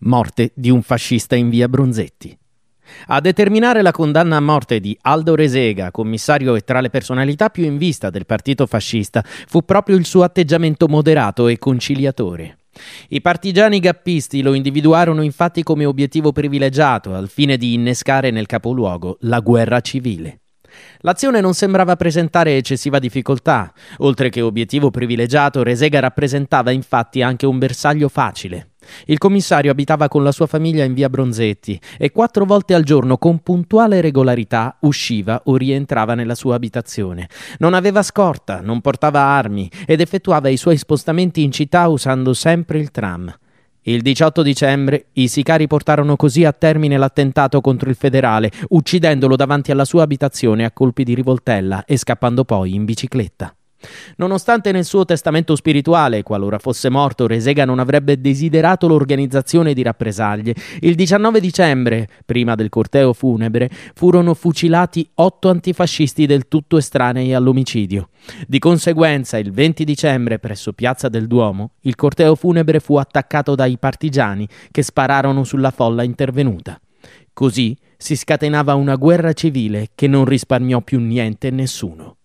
Morte di un fascista in via Bronzetti. A determinare la condanna a morte di Aldo Resega, commissario e tra le personalità più in vista del partito fascista, fu proprio il suo atteggiamento moderato e conciliatore. I partigiani gappisti lo individuarono infatti come obiettivo privilegiato al fine di innescare nel capoluogo la guerra civile. L'azione non sembrava presentare eccessiva difficoltà. Oltre che obiettivo privilegiato, Resega rappresentava infatti anche un bersaglio facile. Il commissario abitava con la sua famiglia in via Bronzetti e 4 volte al giorno con puntuale regolarità usciva o rientrava nella sua abitazione. Non aveva scorta, non portava armi ed effettuava i suoi spostamenti in città usando sempre il tram. Il 18 dicembre i sicari portarono così a termine l'attentato contro il federale, uccidendolo davanti alla sua abitazione a colpi di rivoltella e scappando poi in bicicletta. Nonostante nel suo testamento spirituale, qualora fosse morto, Resega non avrebbe desiderato l'organizzazione di rappresaglie, il 19 dicembre, prima del corteo funebre, furono fucilati 8 antifascisti del tutto estranei all'omicidio. Di conseguenza, il 20 dicembre, presso Piazza del Duomo, il corteo funebre fu attaccato dai partigiani che spararono sulla folla intervenuta. Così si scatenava una guerra civile che non risparmiò più niente e nessuno.